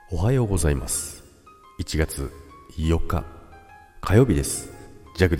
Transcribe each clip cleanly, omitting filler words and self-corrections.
おはようございます。1月4日火曜日です。ジャグです。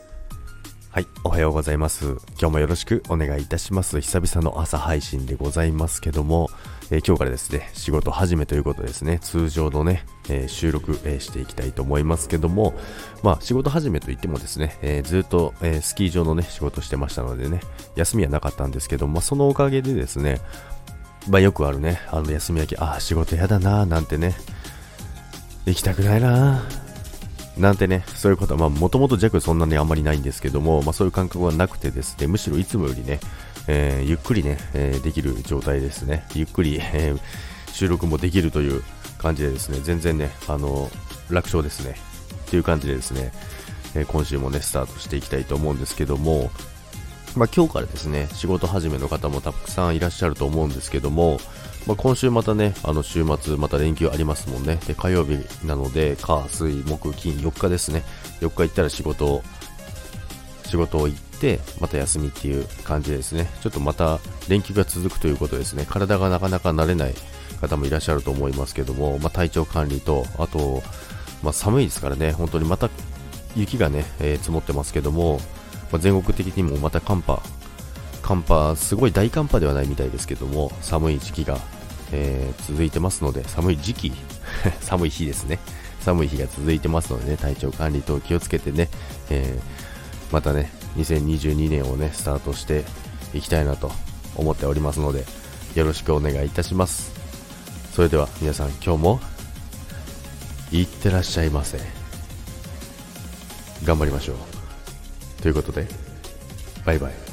はい、おはようございます。今日もよろしくお願いいたします。久々の朝配信でございますけども、今日からですね、仕事始めということですね、通常のね、収録、していきたいと思いますけども、仕事始めといってもですね、ずっと、スキー場のね、仕事してましたのでね、休みはなかったんですけど、そのおかげでですね、よくあるね、休み明け、仕事やだなーなんてね、行きたくないなーなんてね、そういうことは、もともと弱そんなにあんまりないんですけども、そういう感覚はなくてですね、むしろいつもよりね、ゆっくりね、できる状態ですね。ゆっくり、収録もできるという感じでですね、全然ね、楽勝ですね。っていう感じでですね、今週もね、スタートしていきたいと思うんですけども、今日からですね、仕事始めの方もたくさんいらっしゃると思うんですけども、今週またね、週末また連休ありますもんね。で、火曜日なので、火、水、木、金、4日ですね。4日行ったら仕事を行って、また休みっていう感じですね。ちょっとまた連休が続くということですね。体がなかなか慣れない方もいらっしゃると思いますけども、体調管理と、あと、寒いですからね、本当にまた雪がね、積もってますけども、全国的にもまた寒波、すごい大寒波ではないみたいですけども、寒い時期が、続いてますので、寒い時期寒い日ですね。寒い日が続いてますのでね、体調管理等気をつけてね、またね、2022年をね、スタートしていきたいなと思っておりますので、よろしくお願いいたします。それでは皆さん、今日もいってらっしゃいませ。頑張りましょう。ということで、バイバイ。